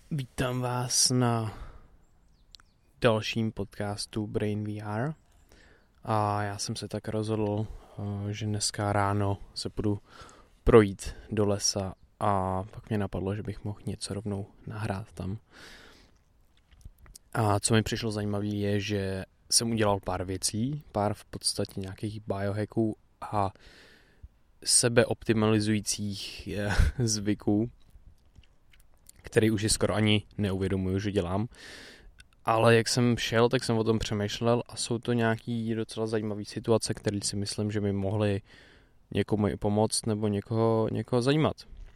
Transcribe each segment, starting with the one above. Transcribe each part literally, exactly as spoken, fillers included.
Vítám vás na dalším podcastu Brain V R a já jsem se tak rozhodl, že dneska ráno se půjdu projít do lesa a pak mě napadlo, že bych mohl něco rovnou nahrát tam. A co mi přišlo zajímavé je, že jsem udělal pár věcí, pár v podstatě nějakých biohacků a sebeoptimalizujících zvyků, který už je skoro ani neuvědomuju, že dělám. Ale jak jsem šel, tak jsem o tom přemýšlel a jsou to nějaký docela zajímavé situace, které si myslím, že by mohly někomu i pomoct nebo někoho, někoho zajímat.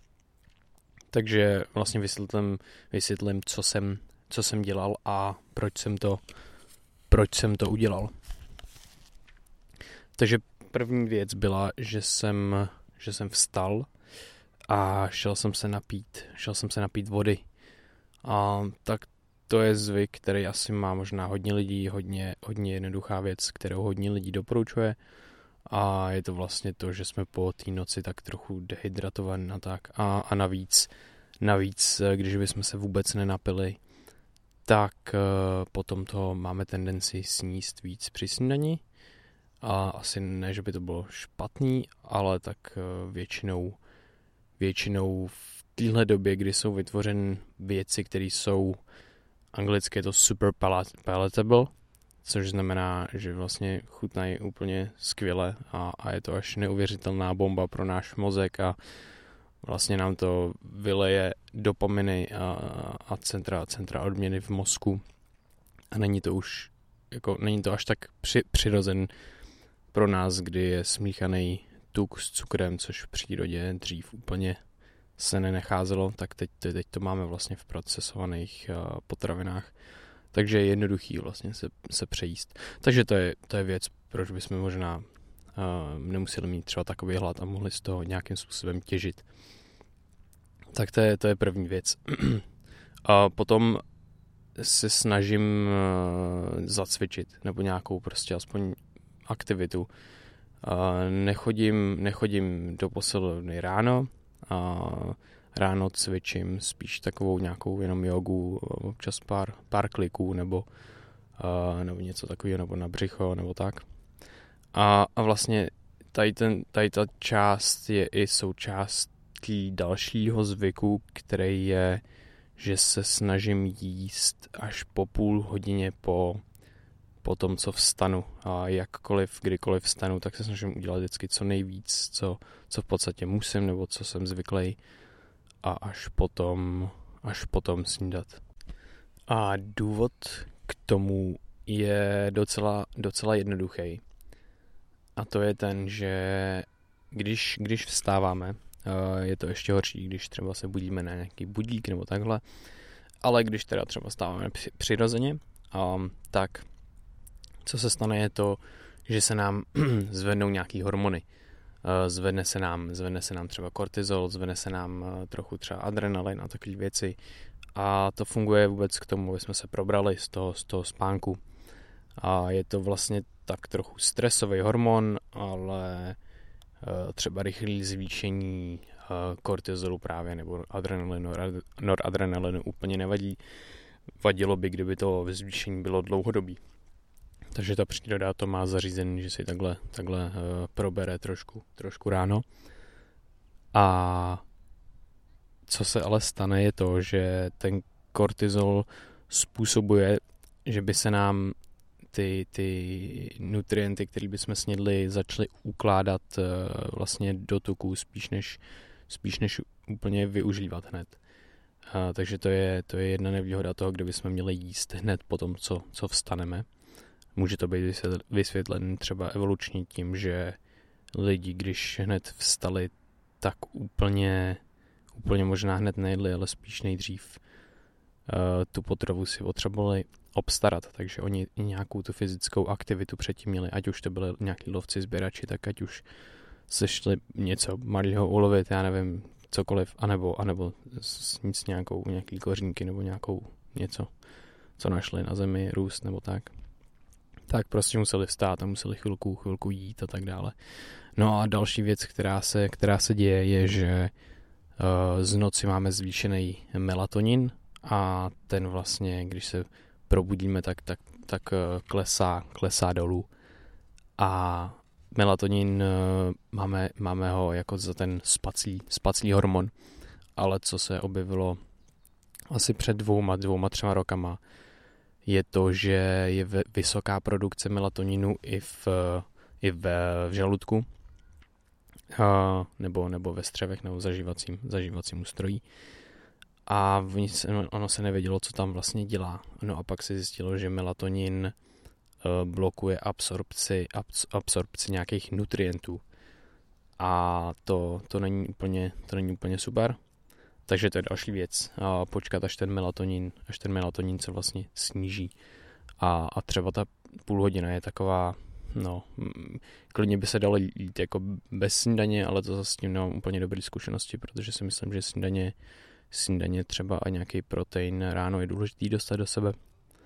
Takže vlastně vysvětlím, vysvětlím co, jsem, co jsem dělal a proč jsem to, proč jsem to udělal. Takže první věc byla, že jsem, že jsem vstal a šel jsem se napít, šel jsem se napít vody. A tak to je zvyk, který asi má možná hodně lidí, hodně, hodně jednoduchá věc, kterou hodně lidí doporučuje. A je to vlastně to, že jsme po té noci tak trochu dehydratovaní a tak. A, a navíc, navíc, když bychom se vůbec nenapili, tak uh, potom to máme tendenci sníst víc při snídani. A asi ne, že by to bylo špatný, ale tak uh, většinou Většinou v téhle době, kdy jsou vytvořeny věci, které jsou, anglicky je to super palatable, což znamená, že vlastně chutnají úplně skvěle a, a je to až neuvěřitelná bomba pro náš mozek a vlastně nám to vyleje dopaminy a, a centra, centra odměny v mozku a není to už, jako není to až tak při, přirozen pro nás, kdy je smíchaný tuk s cukrem, což v přírodě dřív úplně se nenecházelo, tak teď, teď to máme vlastně v procesovaných uh, potravinách. Takže je jednoduchý vlastně se, se přejíst. Takže to je, to je věc, proč bychom možná uh, nemuseli mít třeba takový hlad a mohli z toho nějakým způsobem těžit. Tak to je, to je první věc. A potom se snažím uh, zacvičit, nebo nějakou prostě aspoň aktivitu. Uh, nechodím, nechodím do posilovny ráno a ráno cvičím spíš takovou nějakou jenom jogu, občas pár, pár kliků nebo, uh, nebo něco takového, nebo na břicho, nebo tak. A, a vlastně tady, ten, tady ta část je i součástí dalšího zvyku, který je, že se snažím jíst až po půl hodině po po tom, co vstanu a jakkoliv, kdykoliv vstanu, tak se snažím udělat vždycky co nejvíc, co, co v podstatě musím, nebo co jsem zvyklý a až potom, až potom snídat. A důvod k tomu je docela, docela jednoduchý. A to je ten, že když, když vstáváme, je to ještě horší, když třeba se budíme na nějaký budík nebo takhle, ale když teda třeba vstáváme přirozeně, tak co se stane je to, že se nám zvednou nějaký hormony. Zvedne se nám, zvedne se nám třeba kortizol, zvedne se nám trochu třeba adrenalin a takové věci. A to funguje vůbec k tomu, aby jsme se probrali z toho, z toho spánku. A je to vlastně tak trochu stresový hormon, ale třeba rychlé zvýšení kortizolu právě nebo adrenalinu, noradrenalinu úplně nevadí. Vadilo by, kdyby to zvýšení bylo dlouhodobý. Takže ta příroda to má zařízený, že si takhle, takhle uh, probere trošku, trošku ráno. A co se ale stane je to, že ten kortizol způsobuje, že by se nám ty, ty nutrienty, které bychom snědli, začaly ukládat uh, vlastně do tuků spíš než, spíš než úplně využívat hned. Uh, takže to je, to je jedna nevýhoda toho, kde bychom měli jíst hned po tom, co, co vstaneme. Může to být vysvětlen třeba evolučně tím, že lidi, když hned vstali, tak úplně, úplně možná hned nejedli, ale spíš nejdřív uh, tu potravu si potřebovali obstarat, takže oni i nějakou tu fyzickou aktivitu předtím měli, ať už to byli nějaký lovci, sběrači, tak ať už se šli něco malého ulovit, já nevím, cokoliv, anebo, anebo s nějakou, nějaký kořínky nebo nějakou něco, co našli na zemi, růst nebo tak. Tak prostě museli vstát a museli chvilku, chvilku jít a tak dále. No a další věc, která se, která se děje, je, že uh, z noci máme zvýšený melatonin a ten vlastně, když se probudíme, tak, tak, tak klesá, klesá dolů. A melatonin máme, máme ho jako za ten spací, spací hormon, ale co se objevilo asi před dvouma, dvouma, třema rokama, je to, že je vysoká produkce melatoninu i v, i v, v žaludku, a, nebo, nebo ve střevech, nebo v zažívacím, zažívacím ústrojí. A ono se nevědělo, co tam vlastně dělá. No a pak se zjistilo, že melatonin blokuje absorpci, absorpci nějakých nutrientů. A to, to, není úplně, to není úplně super. Takže to je další věc. A počkat, až ten melatonin, až ten melatonin se vlastně sníží. A, a třeba ta půl hodina je taková, no, klidně by se dalo jít jako bez snídaně, ale to zase s tím nemám úplně dobré zkušenosti, protože si myslím, že snídaně, snídaně třeba a nějaký protein ráno je důležitý dostat do sebe.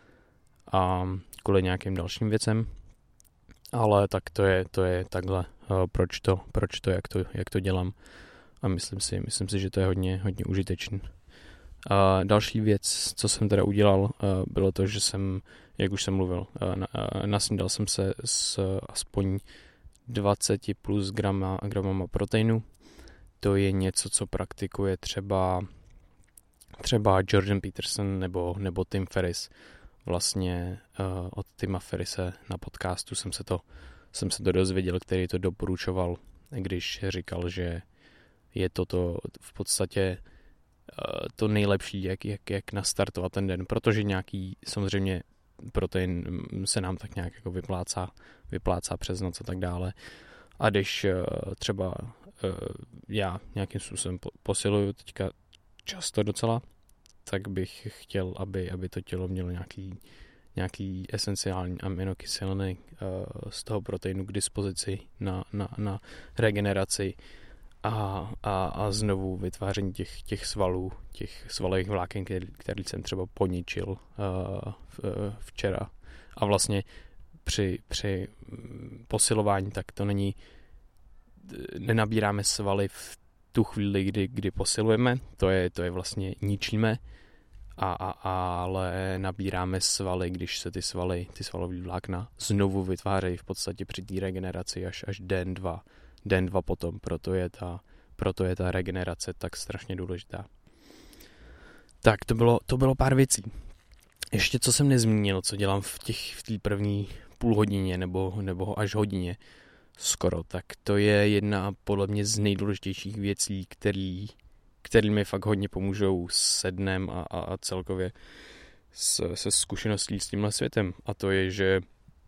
A kvůli nějakým dalším věcem. Ale tak to je, to je takhle, proč to, proč to, jak to, jak to dělám. A myslím si, myslím si, že to je hodně, hodně užitečný. A další věc, co jsem teda udělal, bylo to, že jsem, jak už jsem mluvil, nasnídal jsem se s aspoň dvacet plus grama, gramama proteinu. To je něco, co praktikuje třeba, třeba Jordan Peterson nebo, nebo Tim Ferriss. Vlastně uh, od Tima Ferrise na podcastu jsem se to, jsem se to dozvěděl, který to doporučoval, když říkal, že je toto v podstatě uh, to nejlepší, jak, jak, jak nastartovat ten den, protože nějaký samozřejmě protein se nám tak nějak jako vyplácá, vyplácá přes noc a tak dále. A když uh, třeba uh, já nějakým způsobem posiluju teďka často docela, tak bych chtěl, aby, aby to tělo mělo nějaký, nějaký esenciální aminokyseliny uh, z toho proteinu k dispozici na, na, na regeneraci a, a, a znovu vytváření těch, těch svalů, těch svalových vláken, který, který jsem třeba poničil uh, v, včera. A vlastně při, při posilování tak to není, nenabíráme svaly v tu chvíli, kdy, kdy posilujeme, to je, to je vlastně ničíme, a, a, ale nabíráme svaly, když se ty svaly, ty svalové vlákna znovu vytvářejí v podstatě při té regeneraci až, až den, dva, den, dva potom, proto je, ta, proto je ta regenerace tak strašně důležitá. Tak to bylo, to bylo pár věcí. Ještě co jsem nezmínil, co dělám v těch v té první půl hodině nebo, nebo až hodině skoro, tak to je jedna podle mě z nejdůležitějších věcí, který, který mi fakt hodně pomůžou se dnem a, a, a celkově s, se zkušeností s tímhle světem. A to je, že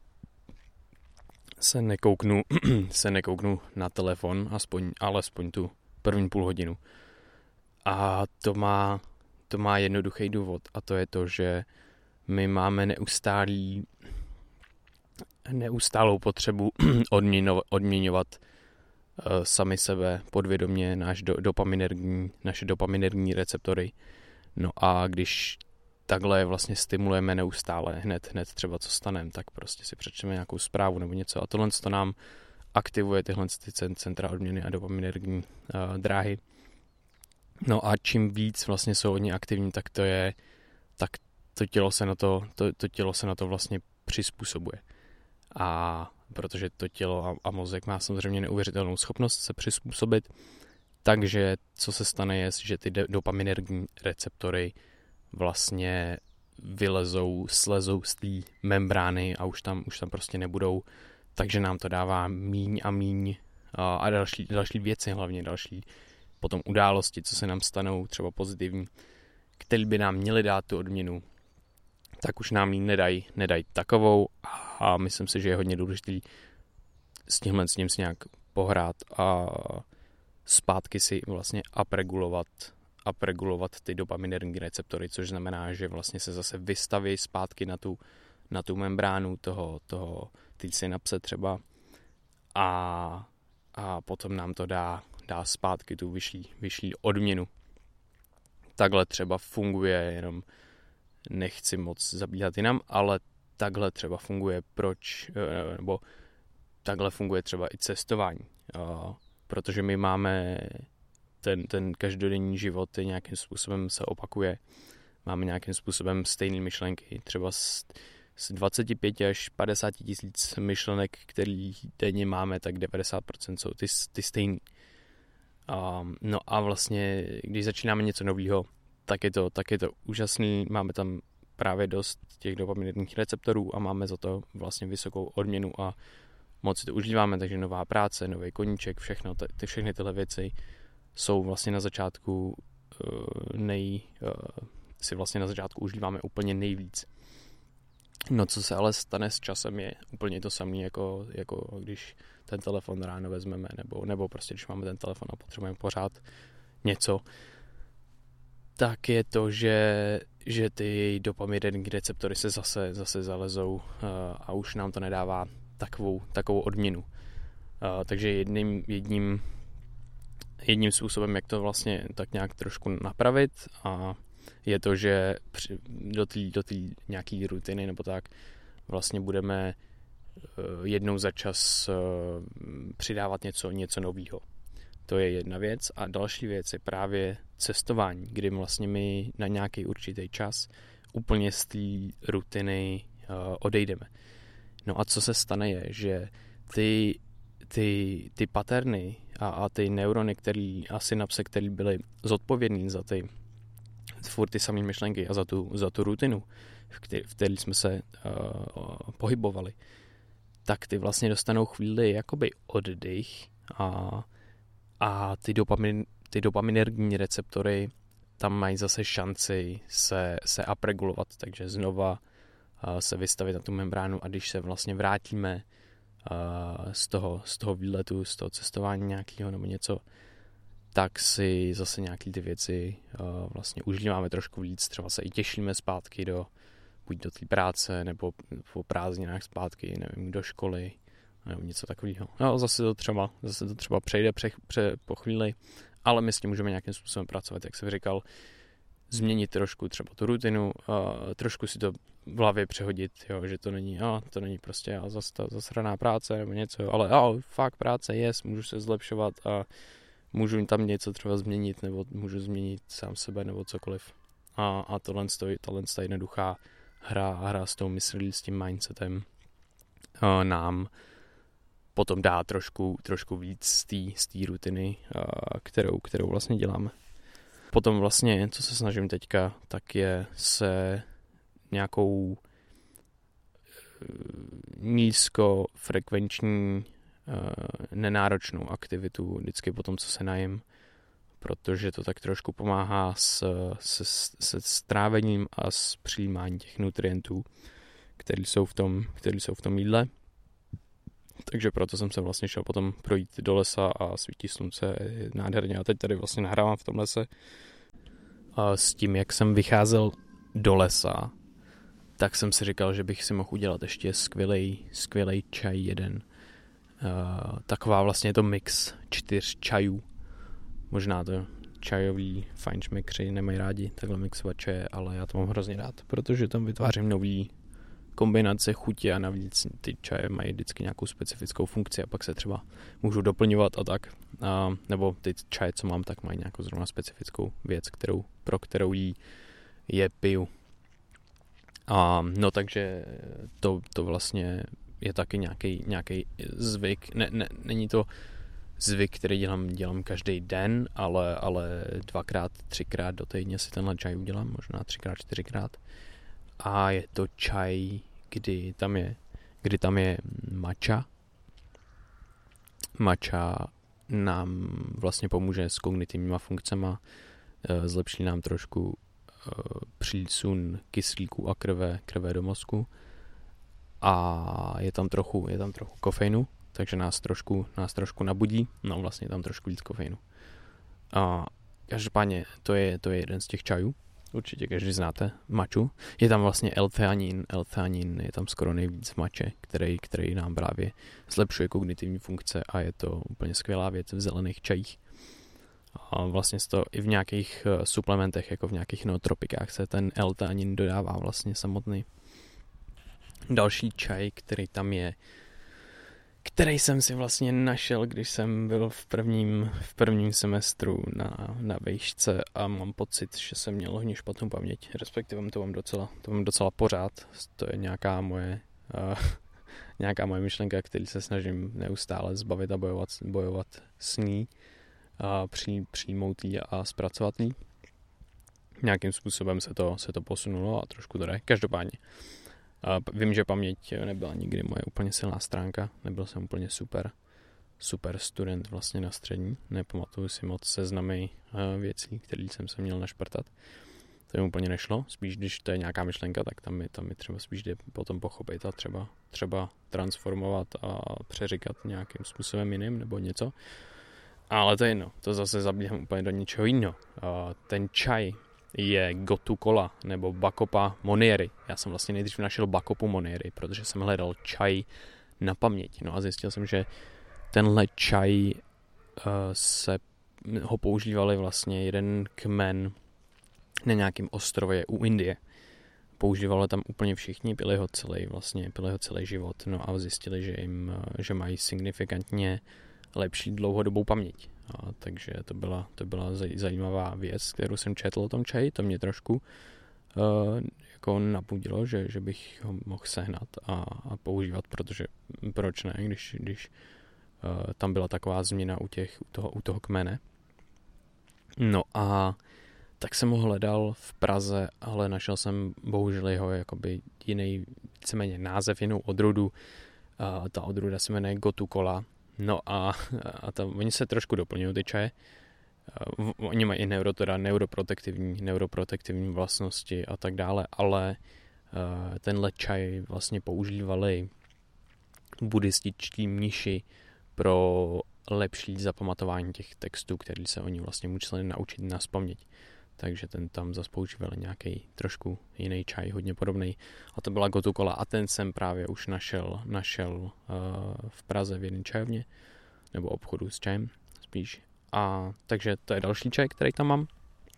se nekouknu, se nekouknu na telefon, aspoň, alespoň tu první půl hodinu. A to má, to má jednoduchý důvod, a to je to, že my máme neustálý neustálou potřebu odměňovat uh, sami sebe podvědomě, náš do, dopaminergní, naše dopaminergní receptory. No a když takhle vlastně stimulujeme neustále, hned, hned třeba co stanem, tak prostě si přečteme nějakou zprávu nebo něco a tohle to nám aktivuje tyhle ty centra odměny a dopaminergní uh, dráhy. No a čím víc vlastně jsou hodně aktivní, tak to je, tak to tělo se na to, to, to tělo se na to vlastně přizpůsobuje. A protože to tělo a, a mozek má samozřejmě neuvěřitelnou schopnost se přizpůsobit, takže co se stane je, že ty dopaminergní receptory vlastně vylezou, slezou z té membrány a už tam, už tam prostě nebudou, takže nám to dává míň a míň a, a další, další věci, hlavně další potom události, co se nám stanou třeba pozitivní, které by nám měly dát tu odměnu, tak už nám ji nedají, nedají takovou a myslím si, že je hodně důležitý s tímhle s ním si nějak pohrát a zpátky si vlastně upregulovat, upregulovat ty dopaminergní receptory, což znamená, že vlastně se zase vystaví zpátky na tu, na tu membránu toho, toho ty synapse třeba a, a potom nám to dá, dá zpátky tu vyšší, vyšší odměnu. Takhle třeba funguje, jenom nechci moc zabíhat jinam, ale takhle třeba funguje proč, nebo takhle funguje třeba i cestování, protože my máme ten, ten každodenní život je nějakým způsobem se opakuje. máme nějakým způsobem stejné myšlenky. Třeba z, z dvacet pět až padesát tisíc myšlenek, který denně máme, tak devadesát procent jsou ty, ty stejný. Um, no a vlastně, když začínáme něco nového, tak je to, tak je to úžasný. Máme tam právě dost těch dopaminergních receptorů a máme za to vlastně vysokou odměnu a moc si to užíváme, takže nová práce, nový koníček, všechno, ty, všechny tyhle věci jsou vlastně na začátku uh, nej, uh, si vlastně na začátku užíváme úplně nejvíc. No co se ale stane s časem je úplně to samé, jako, jako když ten telefon ráno vezmeme, nebo, nebo prostě když máme ten telefon a potřebujeme pořád něco, tak je to, že, že ty dopaminergní receptory se zase, zase zalezou uh, a už nám to nedává takovou, takovou odměnu. Uh, takže jedním, jedním, jedním způsobem, jak to vlastně tak nějak trošku napravit, a je to, že při, do té do nějaký rutiny nebo tak vlastně budeme uh, jednou za čas uh, přidávat něco, něco nového. To je jedna věc. A další věc je právě cestování, kdy vlastně my na nějaký určitý čas úplně z té rutiny uh, odejdeme. No a co se stane je, že ty, ty, ty paterny a, a ty neurony, který, a synapse, které byly zodpovědný za ty furt ty samé myšlenky a za tu, za tu rutinu, v které, v které jsme se uh, pohybovali, tak ty vlastně dostanou chvíli jakoby oddych a, a ty, dopamin, ty dopaminergní receptory tam mají zase šanci se, se upregulovat, takže znova uh, se vystavit na tu membránu, a když se vlastně vrátíme uh, z toho, z toho výletu, z toho cestování nějakého nebo něco, tak si zase nějaký ty věci uh, vlastně užíváme trošku víc, třeba se i těšíme zpátky do, buď do té práce, nebo po prázdninách zpátky, nevím, do školy, nebo něco takového. No, zase to třeba, zase to třeba přejde pře, pře, po chvíli, ale my s tím můžeme nějakým způsobem pracovat, jak jsem říkal, změnit trošku třeba tu rutinu, uh, trošku si to v hlavě přehodit, jo, že to není, a to není prostě a zase ta zasraná práce nebo něco, ale a, fakt práce je, yes, můžu se zlepšovat a můžu tam něco třeba změnit, nebo můžu změnit sám sebe, nebo cokoliv. A, a tohle stojí, tohle stojí jednoduchá hra, hra s tou myslí, s tím mindsetem a nám potom dá trošku, trošku víc z té rutiny, a, kterou, kterou vlastně děláme. Potom vlastně, co se snažím teďka, tak je se nějakou nízkofrekvenční nenáročnou aktivitu vždycky po tom, co se najím, protože to tak trošku pomáhá s, se, se strávením a s přijímáním těch nutrientů, které jsou v tom, které jsou v tom jídle. Takže proto jsem se vlastně šel potom projít do lesa a svítí slunce je nádherně a teď tady vlastně nahrávám v tom lese. A s tím, jak jsem vycházel do lesa, tak jsem si říkal, že bych si mohl udělat ještě skvělej, skvělej čaj jeden. Uh, taková vlastně je to mix čtyř čajů. Možná to čajový fajnšmekři nemají rádi takhle mixovat čaje, ale já to mám hrozně rád, protože tam vytvářím nový kombinace chutě a navíc ty čaje mají vždycky nějakou specifickou funkci a pak se třeba můžou doplňovat a tak. Uh, nebo ty čaje, co mám, tak mají nějakou zrovna specifickou věc, kterou, pro kterou jí je piju. Uh, no takže to, to vlastně je taky nějaký, nějaký zvyk. Ne, ne, není to zvyk, který dělám, dělám každý den, ale, ale dvakrát, třikrát do týdně si tenhle čaj udělám, možná třikrát, čtyřikrát. A je to čaj, kdy tam je, kdy tam je matcha. Matcha nám vlastně pomůže s kognitivníma funkcema, zlepší nám trošku přísun kyslíku a krve, krve do mozku. A je tam trochu, je tam trochu kofeinu, takže nás trošku, nás trošku nabudí, no vlastně je tam trošku víc kofeinu. A každopádně to je, to je jeden z těch čajů, určitě každý znáte, matchu. Je tam vlastně L-theanin, L-theanin je tam skoro nejvíc v matche, který, který nám právě zlepšuje kognitivní funkce a je to úplně skvělá věc v zelených čajích. A vlastně to i v nějakých suplementech, jako v nějakých nootropikách se ten L-theanin dodává vlastně samotný. Další čaj, který tam je, který jsem si vlastně našel, když jsem byl v prvním, v prvním semestru na, na vejšce a mám pocit, že jsem měl hodně špatnou paměť, respektive to mám docela, to mám docela pořád, to je nějaká moje, uh, nějaká moje myšlenka, který se snažím neustále zbavit a bojovat, bojovat s ní a při, přijmout jí a zpracovat jí. Nějakým způsobem se to, se to posunulo a trošku to jde. Každopádně. Uh, vím, že paměť nebyla nikdy moje úplně silná stránka. Nebyl jsem úplně super, super student vlastně na střední. Nepamatuju si moc seznamy uh, věcí, které jsem se měl našprtat. To mi úplně nešlo. Spíš, když to je nějaká myšlenka, tak tam mi, tam mi třeba spíš jde potom pochopit a třeba, třeba transformovat a přeříkat nějakým způsobem jiným nebo něco. Ale to je jedno. To zase zabíhám úplně do něčeho jiného. Uh, ten čaj je Gotu Kola nebo Bacopa Monieri. Já jsem vlastně nejdřív našel Bacopu Monieri, protože jsem hledal čaj na paměť. No a zjistil jsem, že tenhle čaj uh, se ho používali vlastně jeden kmen na nějakém ostrově u Indie. Používali tam úplně všichni, pili ho celý vlastně, pili ho celý život. No a zjistili, že jim, že mají signifikantně lepší dlouhodobou paměť. A takže to byla, to byla zajímavá věc, kterou jsem četl o tom čaji. To mě trošku uh, jako napudilo, že, že bych ho mohl sehnat a, a používat, protože proč ne, když, když uh, tam byla taková změna u, těch, u, toho, u toho kmene. No a tak jsem ho hledal v Praze, ale našel jsem bohužel jeho jakoby jiný, víceméně název, jinou odrůdu. Uh, ta odrůda se jmenuje Gotu Kola. No a, a to, oni se trošku doplňují ty čaje. Uh, oni mají i neuro, teda neuroprotektivní, neuroprotektivní vlastnosti a tak dále, ale uh, tenhle čaj vlastně používali buddhističtí mniši pro lepší zapamatování těch textů, který se oni vlastně museli naučit nazpaměť. Takže ten tam zase používali nějaký trošku jiný čaj, hodně podobný. A to byla Gotu Kola a ten jsem právě už našel, našel uh, v Praze v jedné čajovně, nebo obchodu s čajem spíš. A takže to je další čaj, který tam mám.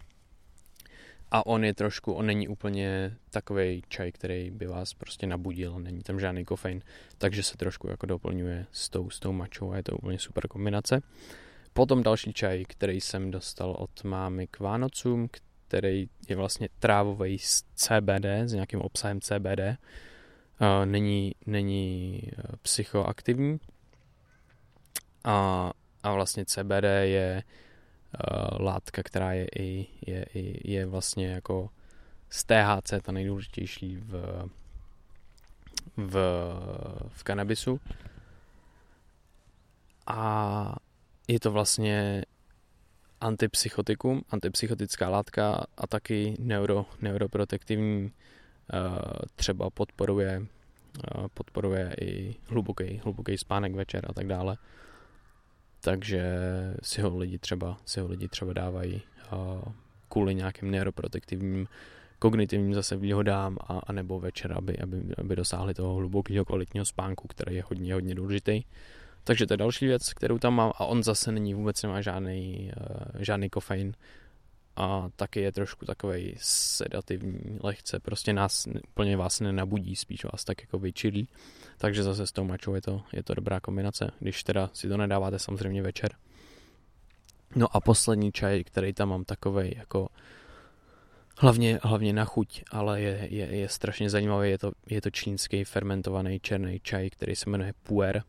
A on je trošku, on není úplně takovej čaj, který by vás prostě nabudil, není tam žádný kofein, takže se trošku jako doplňuje s tou, s tou mačou a je to úplně super kombinace. Potom další čaj, který jsem dostal od mámy k Vánocům, který je vlastně trávový z C B D, s nějakým obsahem C B D. Uh, není, není psychoaktivní. A, a vlastně C B D je uh, látka, která je, i, je, i, je vlastně jako z T H C ta nejdůležitější v, v, v kanabisu. A je to vlastně antipsychotikum, antipsychotická látka a taky neuro, neuroprotektivní, třeba podporuje, podporuje i hluboký, hluboký spánek večer a tak dále. Takže si ho lidi třeba, si ho lidi třeba dávají kvůli nějakým neuroprotektivním kognitivním zase výhodám a, a nebo večer, aby, aby, aby dosáhli toho hlubokého kvalitního spánku, který je hodně, hodně důležitý. Takže to je další věc, kterou tam mám a on zase není, vůbec nemá žádný, uh, žádný kofein a taky je trošku takovej sedativní, lehce, prostě nás, úplně vás nenabudí, spíš vás tak jako vyčilí, takže zase s tou mačou je to, je to dobrá kombinace, když teda si to nedáváte samozřejmě večer. No a poslední čaj, který tam mám takovej jako hlavně, hlavně na chuť, ale je, je, je strašně zajímavý, je to, je to čínský fermentovaný černý čaj, který se jmenuje Pu'er.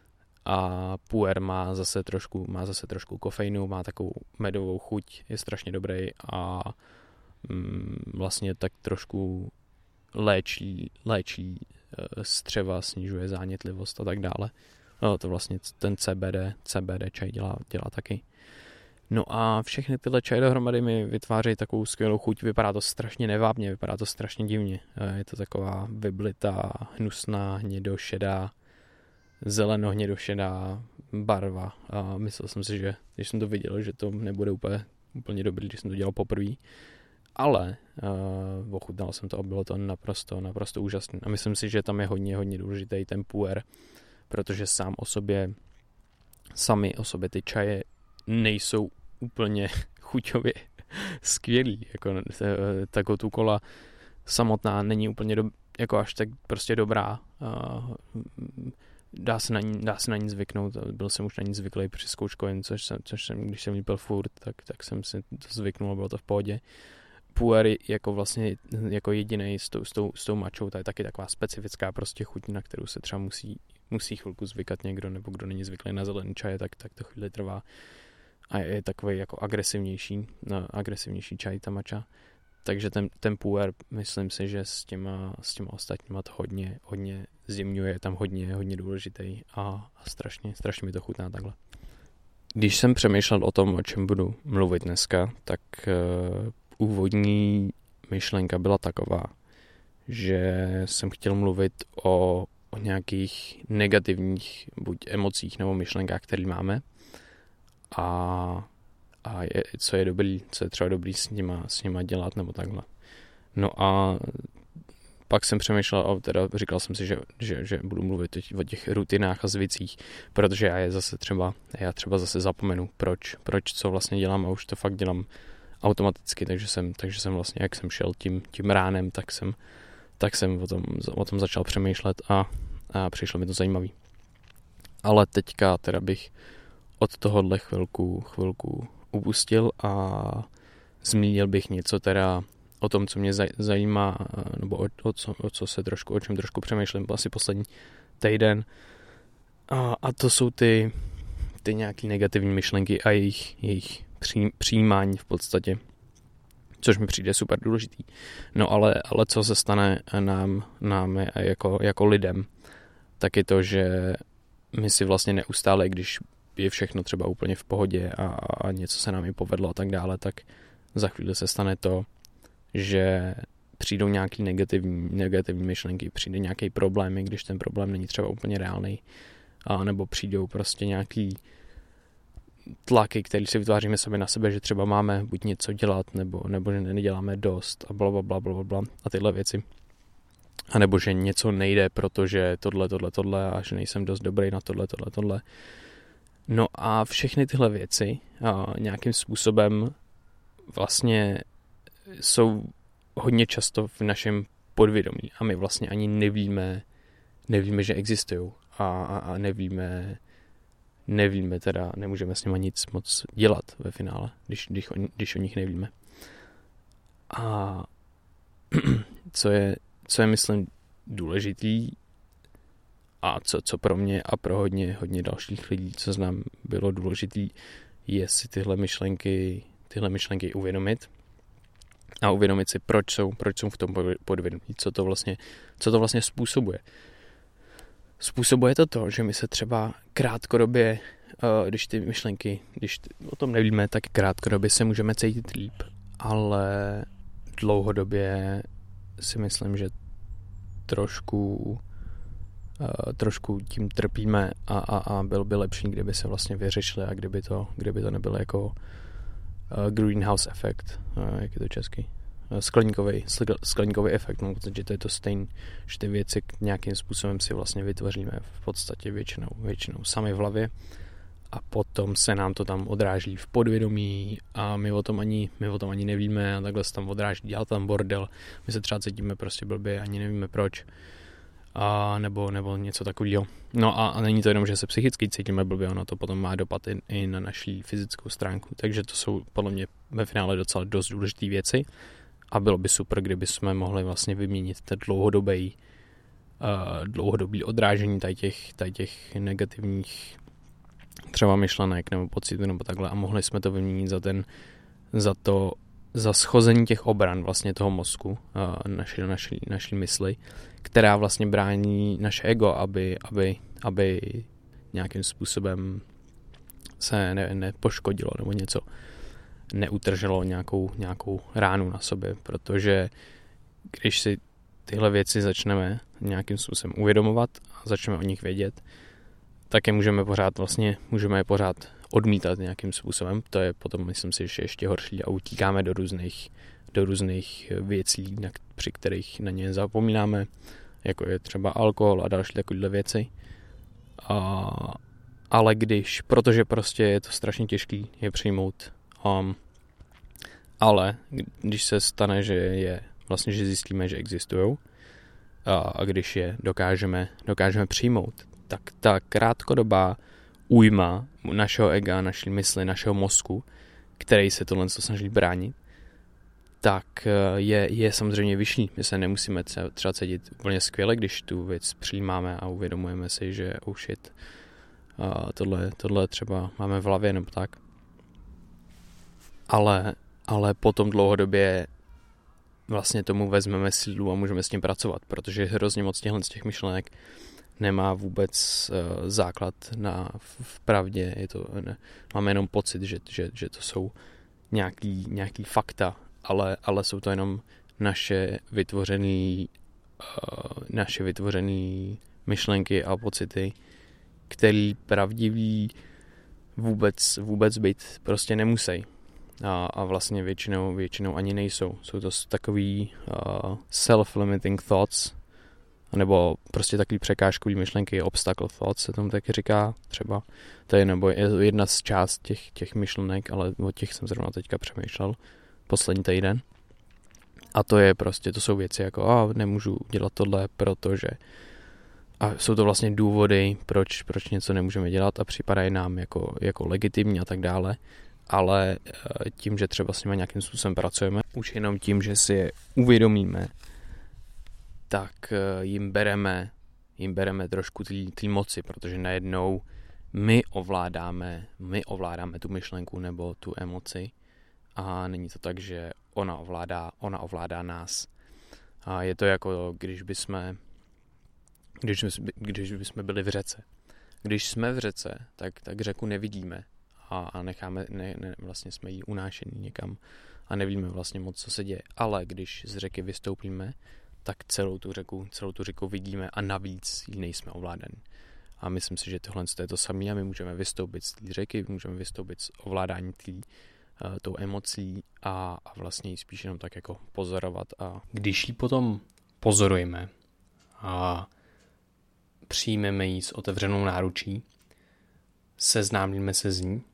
A Pu'er má zase trošku, má zase trošku kofeinu, má takovou medovou chuť, je strašně dobrý a mm, vlastně tak trošku léčí, léčí střeva, snižuje zánětlivost a tak dále. No, to vlastně ten C B D, C B D čaj dělá, dělá taky. No a všechny tyhle čaje dohromady mi vytvářejí takovou skvělou chuť, vypadá to strašně nevábně, vypadá to strašně divně. Je to taková vyblitá, hnusná, hnědošedá, zeleno-hnědošedá barva a myslel jsem si, že když jsem to viděl, že to nebude úplně, úplně dobrý, když jsem to dělal poprvé, ale uh, ochutnal jsem to a bylo to naprosto, naprosto úžasné a myslím si, že tam je hodně, hodně důležitý ten Pu'er, protože sám o sobě, sami o sobě ty čaje nejsou úplně chuťově skvělý, jako ta Gotu Kola samotná není úplně do, jako až tak prostě dobrá. Uh, dá se na ní, dá se na ní zvyknout, byl jsem už na ní zvyklý při zkouškování, což jsem, což jsem, když jsem lípil furt, tak, tak jsem si to zvyknul a bylo to v pohodě. Puer jako vlastně jako jedinej s tou, s tou, s tou mačou, ta je taky taková specifická prostě chuť, na kterou se třeba musí, musí chvilku zvykat někdo, nebo kdo není zvyklý na zelený čaj, tak, tak to chvíli trvá. A je takový jako agresivnější, no, agresivnější čaj ta mača. Takže ten, ten puer, myslím si, že s těma, s těma ostatníma to hodně, hodně zjemňuje, je tam hodně, hodně důležitý a, a strašně, strašně mi to chutná takhle. Když jsem přemýšlel o tom, o čem budu mluvit dneska, tak uh, úvodní myšlenka byla taková, že jsem chtěl mluvit o, o nějakých negativních buď emocích nebo myšlenkách, které máme a, a je, co je dobrý, co je třeba dobrý s nima, s nima dělat nebo takhle. No a pak jsem přemýšlel, a teda říkal jsem si, že, že, že budu mluvit o těch rutinách a zvicích, protože já je zase třeba, já třeba zase zapomenu, proč, proč co vlastně dělám a už to fakt dělám automaticky, takže jsem, takže jsem vlastně, jak jsem šel tím, tím ránem, tak jsem, tak jsem o tom, o tom začal přemýšlet a, a přišlo mi to zajímavý. Ale teďka teda bych od tohohle chvilku, chvilku upustil a zmínil bych něco teda o tom, co mě zajímá, nebo o, o, co, o co se trošku, o čem trošku přemýšlím asi poslední týden. A, a to jsou ty, ty nějaký negativní myšlenky a jejich, jejich při, přijímání v podstatě, což mi přijde super důležitý. No ale, ale co se stane nám, nám jako, jako lidem, tak je to, že my si vlastně neustále, když je všechno třeba úplně v pohodě a, a něco se nám i povedlo a tak dále, tak za chvíli se stane to, že přijdou nějaký negativní, negativní myšlenky, přijde nějaký problém, i když ten problém není třeba úplně reálný, a nebo přijdou prostě nějaký tlaky, které si vytváříme sami na sebe, že třeba máme buď něco dělat, nebo, nebo že neděláme dost a blablabla bla, bla, bla, a tyhle věci. A nebo že něco nejde, protože tohle, tohle, tohle a že nejsem dost dobrý na tohle, tohle, tohle. No a všechny tyhle věci a nějakým způsobem vlastně jsou hodně často v našem podvědomí a my vlastně ani nevíme, nevíme, že existují a, a, a nevíme, nevíme teda, nemůžeme s nima nic moc dělat ve finále, když, když, o, když o nich nevíme. A co je, co je myslím důležitý a co, co pro mě a pro hodně, hodně dalších lidí, co znám, bylo důležitý, je si tyhle myšlenky, tyhle myšlenky uvědomit a uvědomit si, proč jsou, proč jsou v tom podvědomí, co to vlastně, co to vlastně způsobuje. Způsobuje to to, že my se třeba krátkodobě, když ty myšlenky, když o tom nevíme, tak krátkodobě se můžeme cítit líp, ale dlouhodobě si myslím, že trošku, trošku tím trpíme a, a, a byl by lepší, kdyby se vlastně vyřešili a kdyby to, kdyby to nebylo jako greenhouse efekt, jak je to česky, skleníkový, skleníkový efekt, no, protože to je to stejné, že ty věci nějakým způsobem si vlastně vytvoříme v podstatě většinou, většinou sami v hlavě a potom se nám to tam odráží v podvědomí a my o tom ani, my o tom ani nevíme a takhle se tam odráží, dělá tam bordel, my se třeba cítíme prostě blbě, ani nevíme proč. A nebo, nebo něco takového. No a, a není to jenom, že se psychicky cítíme blbě, ono to potom má dopad i, i na naší fyzickou stránku. Takže to jsou podle mě ve finále docela dost důležité věci a bylo by super, kdyby jsme mohli vlastně vyměnit ten dlouhodobý, uh, dlouhodobý odrážení tady těch, tady těch negativních třeba myšlenek nebo pocitů nebo takhle a mohli jsme to vyměnit za ten, za to za schození těch obran vlastně toho mozku, naší, naší, naší mysli, která vlastně brání naše ego, aby, aby, aby nějakým způsobem se ne, nepoškodilo nebo něco neutrželo nějakou, nějakou ránu na sobě, protože když si tyhle věci začneme nějakým způsobem uvědomovat a začneme o nich vědět, tak je můžeme pořád vlastně, můžeme je pořád odmítat nějakým způsobem. To je potom, myslím si, že ještě horší a utíkáme do různých, do různých věcí, na, při kterých na ně zapomínáme, jako je třeba alkohol a další takovéhle věci. A, ale když, protože prostě je to strašně těžký je přijmout, um, ale když se stane, že je vlastně, že zjistíme, že existují a, a když je dokážeme, dokážeme přijmout, tak ta krátkodobá újma našeho ega, naší mysli, našeho mozku, který se tohle snaží bránit, tak je, je samozřejmě vyšší. My se nemusíme třeba cítit úplně skvěle, když tu věc přijímáme a uvědomujeme si, že oh shit, a tohle, tohle třeba máme v hlavě nebo tak. Ale, ale potom dlouhodobě vlastně tomu vezmeme sílu a můžeme s tím pracovat, protože hrozně moc těchto z těch myšlenek nemá vůbec uh, základ na, v, v pravdě. Je to, ne, máme jenom pocit, že, že, že to jsou nějaký, nějaký fakta, ale, ale jsou to jenom naše vytvořený, uh, naše vytvořený myšlenky a pocity, který pravdivý vůbec, vůbec být prostě nemusí. A, a vlastně většinou, většinou ani nejsou. Jsou to takový uh, self-limiting thoughts, nebo prostě takový překážkový myšlenky, obstacle thoughts se tomu taky říká třeba. To je nebo je jedna z část těch, těch myšlenek, ale o těch jsem zrovna teďka přemýšlel poslední týden. A to je prostě, to jsou věci jako, a nemůžu dělat tohle, protože a jsou to vlastně důvody, proč, proč něco nemůžeme dělat a připadají nám jako, jako legitimní a tak dále. Ale tím, že třeba s nimi nějakým způsobem pracujeme, už jenom tím, že si je uvědomíme, tak jim bereme, jim bereme trošku té moci, protože najednou my ovládáme, my ovládáme tu myšlenku nebo tu emoci a není to tak, že ona ovládá, ona ovládá nás. A je to jako, když bychom, když, když bychom byli v řece. Když jsme v řece, tak, tak řeku nevidíme a, a necháme, ne, ne, vlastně jsme jí unášení někam a nevíme vlastně moc, co se děje. Ale když z řeky vystoupíme, tak celou tu řeku, celou tu řeku vidíme a navíc ji nejsme ovládaní. A myslím si, že tohle je to samé a my můžeme vystoupit z té řeky, můžeme vystoupit z ovládání tý, uh, tou emocí a, a vlastně ji spíš jenom tak jako pozorovat. A když ji potom pozorujeme a přijmeme ji s otevřenou náručí, seznámíme se z ní, uh,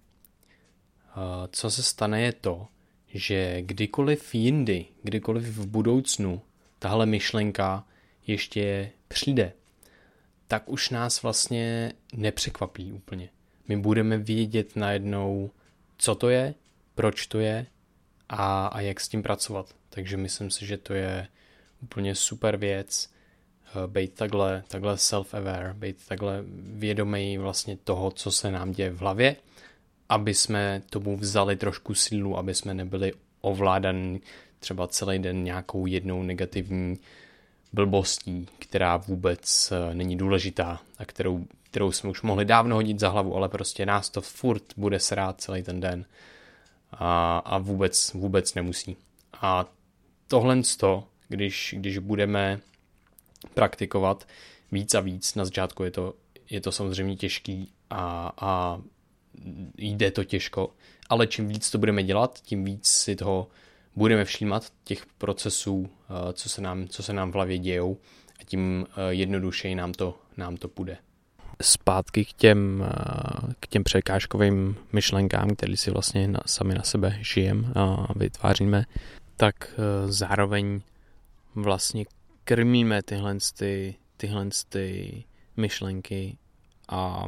co se stane je to, že kdykoliv jindy, kdykoliv v budoucnu tahle myšlenka ještě přijde, tak už nás vlastně nepřekvapí úplně. My budeme vědět najednou, co to je, proč to je a, a jak s tím pracovat. Takže myslím si, že to je úplně super věc, být takhle, takhle self-aware, být takhle vědomý vlastně toho, co se nám děje v hlavě, aby jsme tomu vzali trošku sílu, aby jsme nebyli ovládaní třeba celý den nějakou jednou negativní blbostí, která vůbec není důležitá a kterou, kterou jsme už mohli dávno hodit za hlavu, ale prostě nás to furt bude srát celý ten den a, a vůbec, vůbec nemusí. A tohle to, když, když budeme praktikovat víc a víc, na začátku je to, je to samozřejmě těžký a, a jde to těžko, ale čím víc to budeme dělat, tím víc si toho budeme všímat těch procesů, co se nám, co se nám v hlavě dějou a tím jednodušeji nám to, nám to půjde. Zpátky k těm, k těm překážkovým myšlenkám, které si vlastně na, sami na sebe žijeme a vytváříme, tak zároveň vlastně krmíme tyhle, ty, tyhle ty myšlenky a,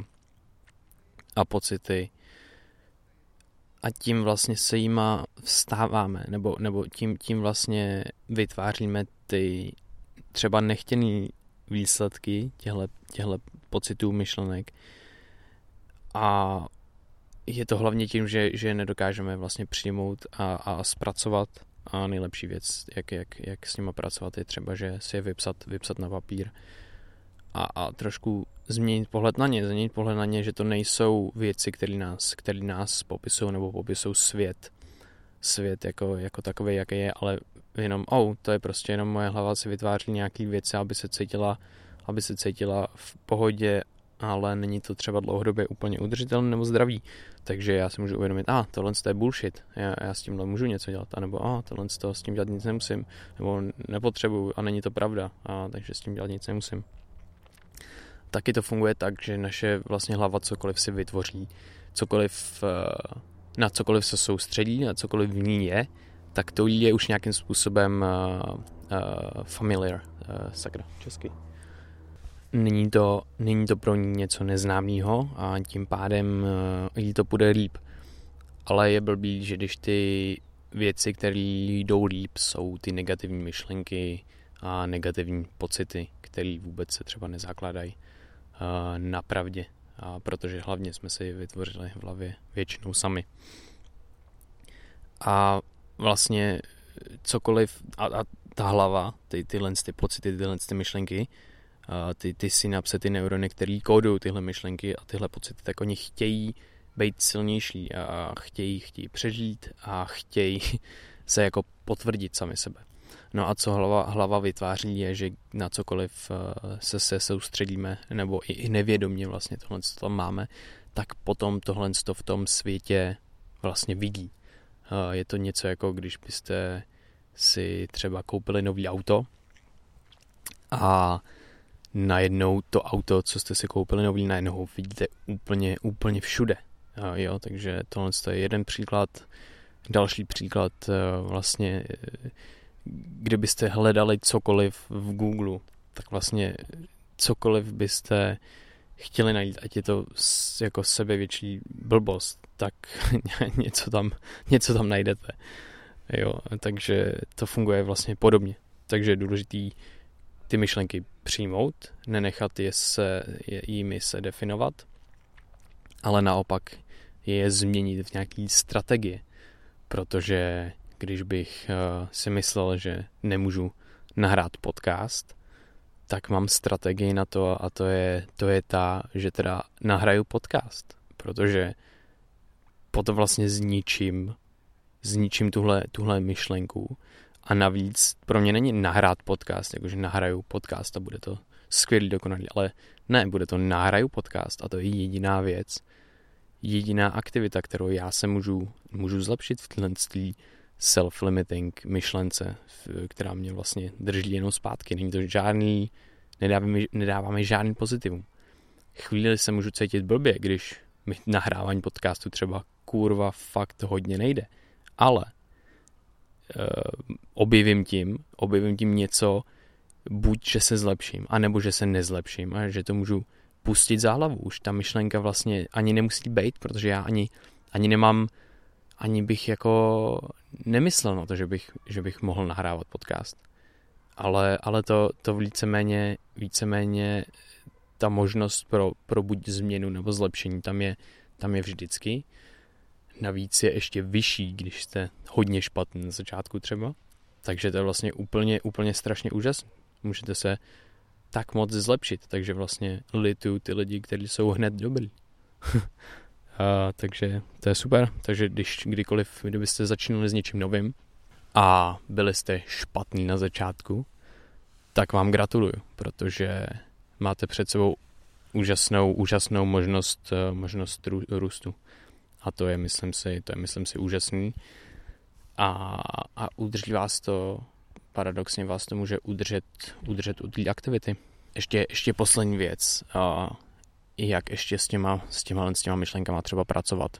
a pocity a tím vlastně se jima vstáváme, nebo, nebo tím, tím vlastně vytváříme ty třeba nechtěný výsledky těchto pocitů, myšlenek a je to hlavně tím, že, že nedokážeme vlastně přijmout a, a zpracovat a nejlepší věc, jak, jak, jak s nima pracovat, je třeba, že si je vypsat, vypsat na papír a, a trošku změnit pohled na ně, změnit pohled na ně, že to nejsou věci, které nás, které nás popisují nebo popisují svět, svět jako, jako takový, jaký je, ale jenom, oh, to je prostě jenom moje hlava si vytváří nějaký věci, aby se cítila, aby se cítila v pohodě, ale není to třeba dlouhodobě úplně udržitelné nebo zdravý. Takže já si můžu uvědomit, a ah, tohle je bullshit, já, já s tímhle můžu něco dělat, anebo a ah, tohle s tím dělat nic nemusím, nebo nepotřebuju a není to pravda, a takže s tím dělat nic nemusím. Taky to funguje tak, že naše vlastně hlava cokoliv si vytvoří, cokoliv, na cokoliv se soustředí, na cokoliv v ní je, tak to je už nějakým způsobem uh, uh, familiar, uh, sakra, česky. není to, není to pro ní něco neznámého a tím pádem jí to půjde líp. Ale je blbý, že když ty věci, které jdou líp, jsou ty negativní myšlenky a negativní pocity, které vůbec se třeba nezakládají na pravdě. A protože hlavně jsme si je vytvořili v hlavě většinou sami. A vlastně cokoliv, a, a ta hlava, ty, tyhle ty pocity, tyhle ty myšlenky, a ty, ty synapse, ty neurony, které kódují tyhle myšlenky a tyhle pocity, tak oni chtějí být silnější a chtějí, chtějí přežít a chtějí se jako potvrdit sami sebe. No a co hlava, hlava vytváří je, že na cokoliv se, se soustředíme, nebo i, i nevědomě vlastně tohle co tam máme, tak potom tohle v tom světě vlastně vidí. Je to něco jako když byste si třeba koupili nový auto a najednou to auto, co jste si koupili nový, najednou vidíte úplně, úplně všude. Jo, takže tohle je jeden příklad. Další příklad vlastně, kdybyste hledali cokoliv v Google, tak vlastně cokoliv byste chtěli najít, ať je to jako sebevětší blbost, tak něco tam, něco tam najdete. Jo, takže to funguje vlastně podobně. Takže je důležitý ty myšlenky přijmout, nenechat je se, je, jimi se definovat, ale naopak je změnit v nějaký strategie, protože když bych uh, si myslel, že nemůžu nahrát podcast, tak mám strategii na to a to je, to je ta, že teda nahraju podcast, protože potom vlastně zničím, zničím tuhle, tuhle myšlenku a navíc pro mě není nahrát podcast, jakože nahraju podcast a bude to skvělý, dokonalý, ale ne, bude to nahraju podcast a to je jediná věc, jediná aktivita, kterou já se můžu, můžu zlepšit v téhle self-limiting myšlence, která mě vlastně drží jenom zpátky. Není to žádný, nedáváme, nedáváme žádný pozitivum. Chvíli se můžu cítit blbě, když mi nahrávání podcastu třeba kurva fakt hodně nejde. Ale uh, objevím tím, objevím tím něco, buď, že se zlepším, anebo že se nezlepším a že to můžu pustit za hlavu. Už ta myšlenka vlastně ani nemusí být, protože já ani, ani nemám, ani bych jako nemyslel na to, že bych, že bych mohl nahrávat podcast. Ale, ale to, to víceméně, víceméně ta možnost pro, pro buď změnu nebo zlepšení tam je, tam je vždycky. Navíc je ještě vyšší, když jste hodně špatný na začátku třeba. Takže to je vlastně úplně, úplně strašně úžasné. Můžete se tak moc zlepšit, takže vlastně lituju ty lidi, kteří jsou hned dobrý. A, takže to je super. Takže když kdykoliv, kdybyste začínali s něčím novým a byli jste špatný na začátku, tak vám gratuluju, protože máte před sebou úžasnou, úžasnou možnost, možnost růstu. A to je, myslím si, to je, myslím si, úžasný. A, a udrží vás to, paradoxně vás to může udržet, udržet u té aktivity. Ještě, ještě poslední věc, a jak ještě s těma, s těma, s těma myšlenkama třeba pracovat.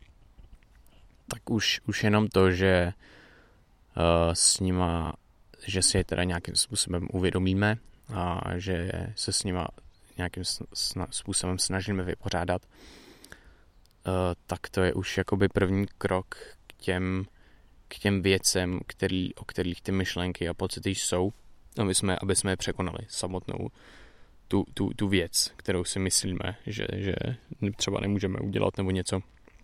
Tak už, už jenom to, že uh, s nima, že si je teda nějakým způsobem uvědomíme a že se s nima nějakým sna, způsobem snažíme vypořádat, uh, tak to je už jakoby první krok k těm, k těm věcem, který, o kterých ty myšlenky a pocity jsou, aby jsme, aby jsme je překonali samotnou tu, tu, tu věc, kterou si myslíme, že, že třeba nemůžeme udělat nebo něco.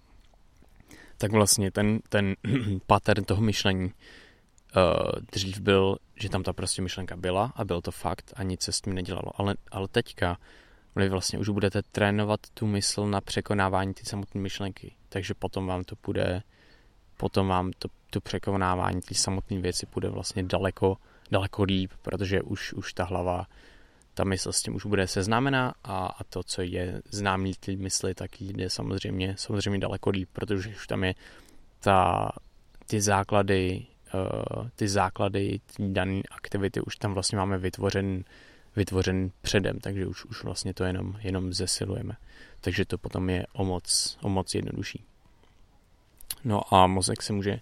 Tak vlastně ten, ten pattern toho myšlení uh, dřív byl, že tam ta prostě myšlenka byla a byl to fakt a nic se s tím nedělalo. Ale, ale teďka vy vlastně už budete trénovat tu mysl na překonávání ty samotné myšlenky. Takže potom vám to bude, potom vám to, to překonávání ty samotné věci bude vlastně daleko, daleko líp, protože už, už ta hlava, ta mysl s tím už bude seznámená a, a to, co je známý ty mysli, tak jde samozřejmě, samozřejmě daleko líp, protože už tam je ta, ty základy, uh, ty základy ty dané aktivity už tam vlastně máme vytvořen, vytvořen předem, takže už, už vlastně to jenom, jenom zesilujeme. Takže to potom je o moc, o moc jednodušší. No a mozek se může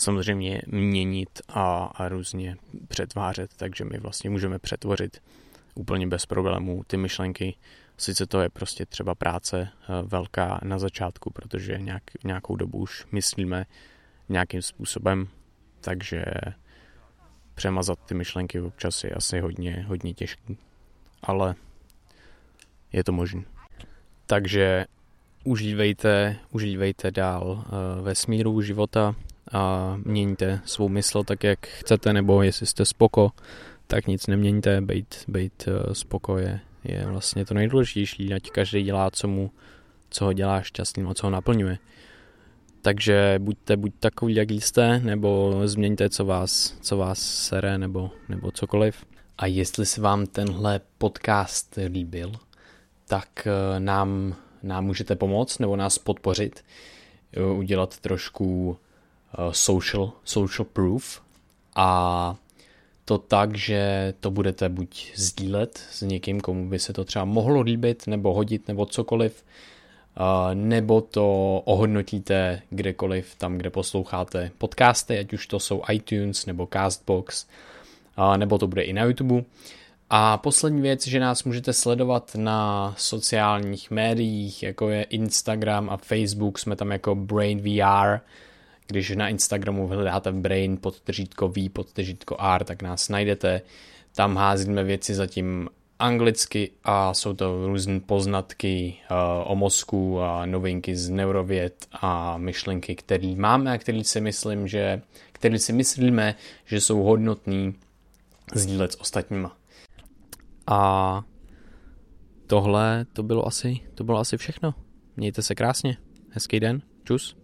samozřejmě měnit a, a různě přetvářet, takže my vlastně můžeme přetvořit úplně bez problémů ty myšlenky. Sice to je prostě třeba práce velká na začátku, protože nějak, nějakou dobu už myslíme nějakým způsobem, takže přemazat ty myšlenky občas je asi hodně, hodně těžký, ale je to možné. Takže užívejte, užívejte dál uh, vesmíru života a měňte svou mysl tak, jak chcete, nebo jestli jste spoko, tak nic neměňte, bejt, bejt uh, spoko je, je vlastně to nejdůležitější, ať každý dělá, co mu, co ho dělá šťastným a co ho naplňuje. Takže buďte buď takový, jak jste, nebo změňte, co vás, co vás sere, nebo, nebo cokoliv. A jestli se vám tenhle podcast líbil, tak nám, nám můžete pomoct, nebo nás podpořit, udělat trošku social, social proof a to tak, že to budete buď sdílet s někým, komu by se to třeba mohlo líbit, nebo hodit, nebo cokoliv, Uh, nebo to ohodnotíte kdekoliv tam, kde posloucháte podcasty, ať už to jsou iTunes nebo Castbox, uh, nebo to bude i na YouTube. A poslední věc, že nás můžete sledovat na sociálních médiích, jako je Instagram a Facebook, jsme tam jako Brain V R. Když na Instagramu hledáte Brain podtržítko V podtržítko R, tak nás najdete. Tam házíme věci zatím anglicky a jsou to různé poznatky uh, o mozku a novinky z neurověd a myšlenky, které máme a které si myslím, že které si myslíme, že jsou hodnotný sdílet s ostatníma. A tohle to bylo asi to bylo asi všechno. Mějte se krásně. Hezký den. Čus.